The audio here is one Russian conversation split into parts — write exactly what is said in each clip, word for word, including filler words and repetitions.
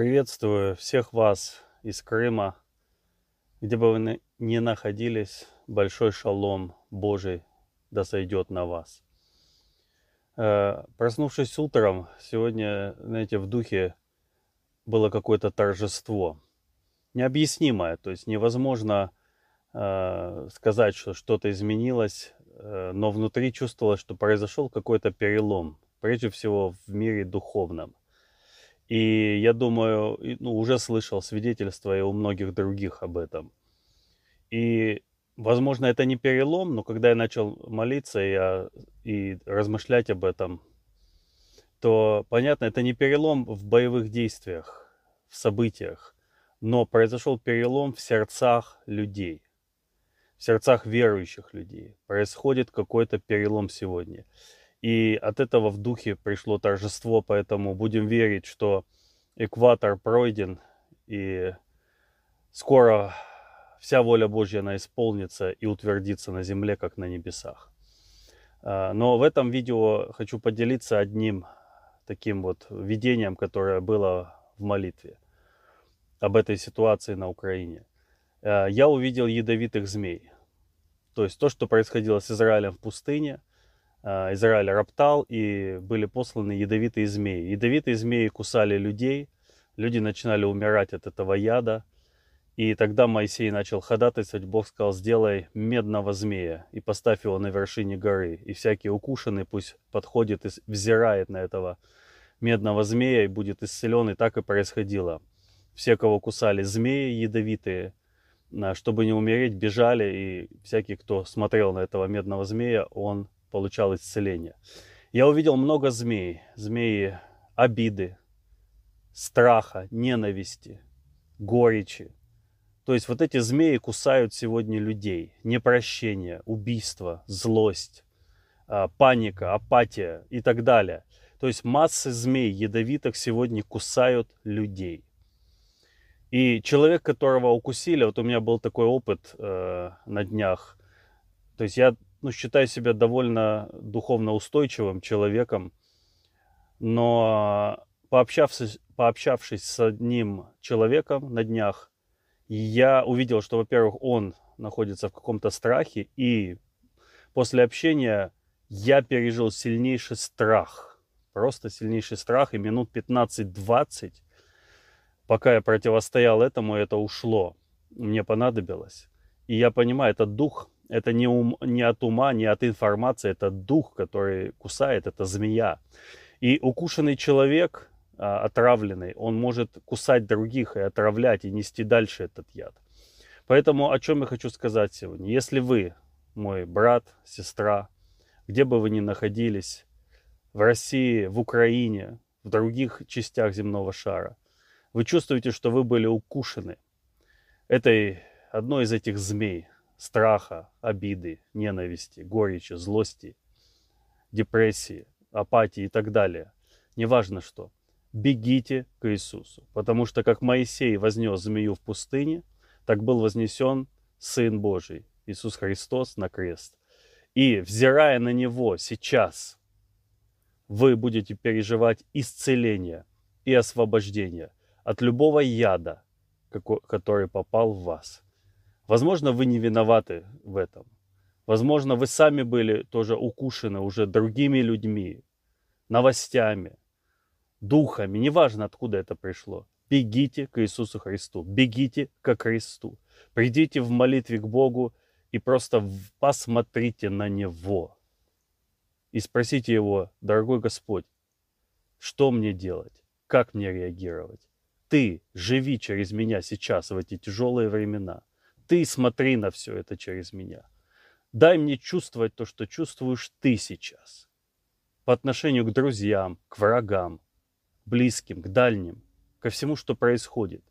Приветствую всех вас из Крыма, где бы вы на- ни находились, большой шалом Божий да сойдет на вас. Э, Проснувшись утром, сегодня, знаете, в духе было какое-то торжество, необъяснимое, то есть невозможно э, сказать, что что-то изменилось, э, но внутри чувствовалось, что произошел какой-то перелом, прежде всего в мире духовном. И я думаю, и, ну, уже слышал свидетельства и у многих других об этом. И, возможно, это не перелом, но когда я начал молиться я, и размышлять об этом, то, понятно, это не перелом в боевых действиях, в событиях, но произошел перелом в сердцах людей, в сердцах верующих людей. Происходит какой-то перелом сегодня. И от этого в духе пришло торжество, поэтому будем верить, что экватор пройден, и скоро вся воля Божья, она исполнится и утвердится на земле, как на небесах. А, Но в этом видео хочу поделиться одним таким вот видением, которое было в молитве об этой ситуации на Украине. А, Я увидел ядовитых змей. То есть то, что происходило с Израилем в пустыне. А, Израиль роптал, и были посланы ядовитые змеи. Ядовитые змеи кусали людей, люди начинали умирать от этого яда. И тогда Моисей начал ходатайствовать, Бог сказал: сделай медного змея и поставь его на вершине горы. И всякий укушенный пусть подходит и взирает на этого медного змея и будет исцелен. И так и происходило. Все, кого кусали змеи ядовитые, а, чтобы не умереть, бежали, и всякий, кто смотрел на этого медного змея, он получал исцеление. Я увидел много змей, змеи обиды, страха, ненависти, горечи. То есть вот эти змеи кусают сегодня людей. Непрощение, убийство, злость, а, паника, апатия и так далее. То есть массы змей ядовитых сегодня кусают людей. И человек, которого укусили, вот у меня был такой опыт э, на днях. То есть я, ну, считаю себя довольно духовно устойчивым человеком, но пообщавшись, пообщавшись с одним человеком на днях, я увидел, что, во-первых, он находится в каком-то страхе, и после общения я пережил сильнейший страх, просто сильнейший страх, и минут пятнадцать-двадцать, пока я противостоял этому, это ушло, мне понадобилось. И я понимаю, это дух, это не, ум, не от ума, не от информации, это дух, который кусает, это змея. И укушенный человек, а, отравленный, он может кусать других и отравлять, и нести дальше этот яд. Поэтому о чем я хочу сказать сегодня. Если вы, мой брат, сестра, где бы вы ни находились, в России, в Украине, в других частях земного шара, вы чувствуете, что вы были укушены этой, одной из этих змей, страха, обиды, ненависти, горечи, злости, депрессии, апатии и так далее. Неважно что. Бегите к Иисусу. Потому что как Моисей вознес змею в пустыне, так был вознесен Сын Божий, Иисус Христос, на крест. И взирая на Него сейчас, вы будете переживать исцеление и освобождение от любого яда, который попал в вас. Возможно, вы не виноваты в этом. Возможно, вы сами были тоже укушены уже другими людьми, новостями, духами, неважно, откуда это пришло. Бегите к Иисусу Христу, бегите ко кресту. Придите в молитве к Богу и просто посмотрите на Него. И спросите Его: дорогой Господь, что мне делать? Как мне реагировать? Ты живи через меня сейчас в эти тяжелые времена. Ты смотри на все это через меня. Дай мне чувствовать то, что чувствуешь ты сейчас. По отношению к друзьям, к врагам, близким, к дальним, ко всему, что происходит.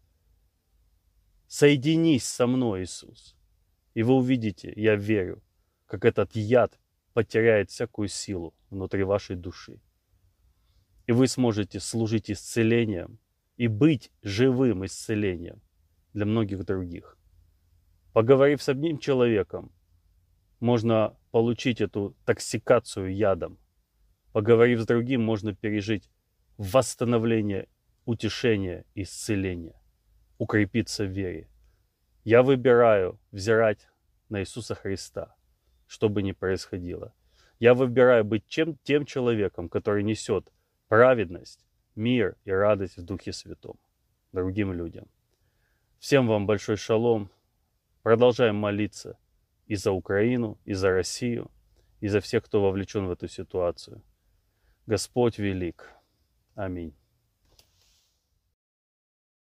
Соединись со мной, Иисус. И вы увидите, я верю, как этот яд потеряет всякую силу внутри вашей души. И вы сможете служить исцелением и быть живым исцелением для многих других. Поговорив с одним человеком, можно получить эту токсикацию ядом. Поговорив с другим, можно пережить восстановление, утешения и исцеления, укрепиться в вере. Я выбираю взирать на Иисуса Христа, что бы ни происходило. Я выбираю быть чем, тем человеком, который несет праведность, мир и радость в Духе Святом другим людям. Всем вам большой шалом. Продолжаем молиться и за Украину, и за Россию, и за всех, кто вовлечен в эту ситуацию. Господь велик. Аминь.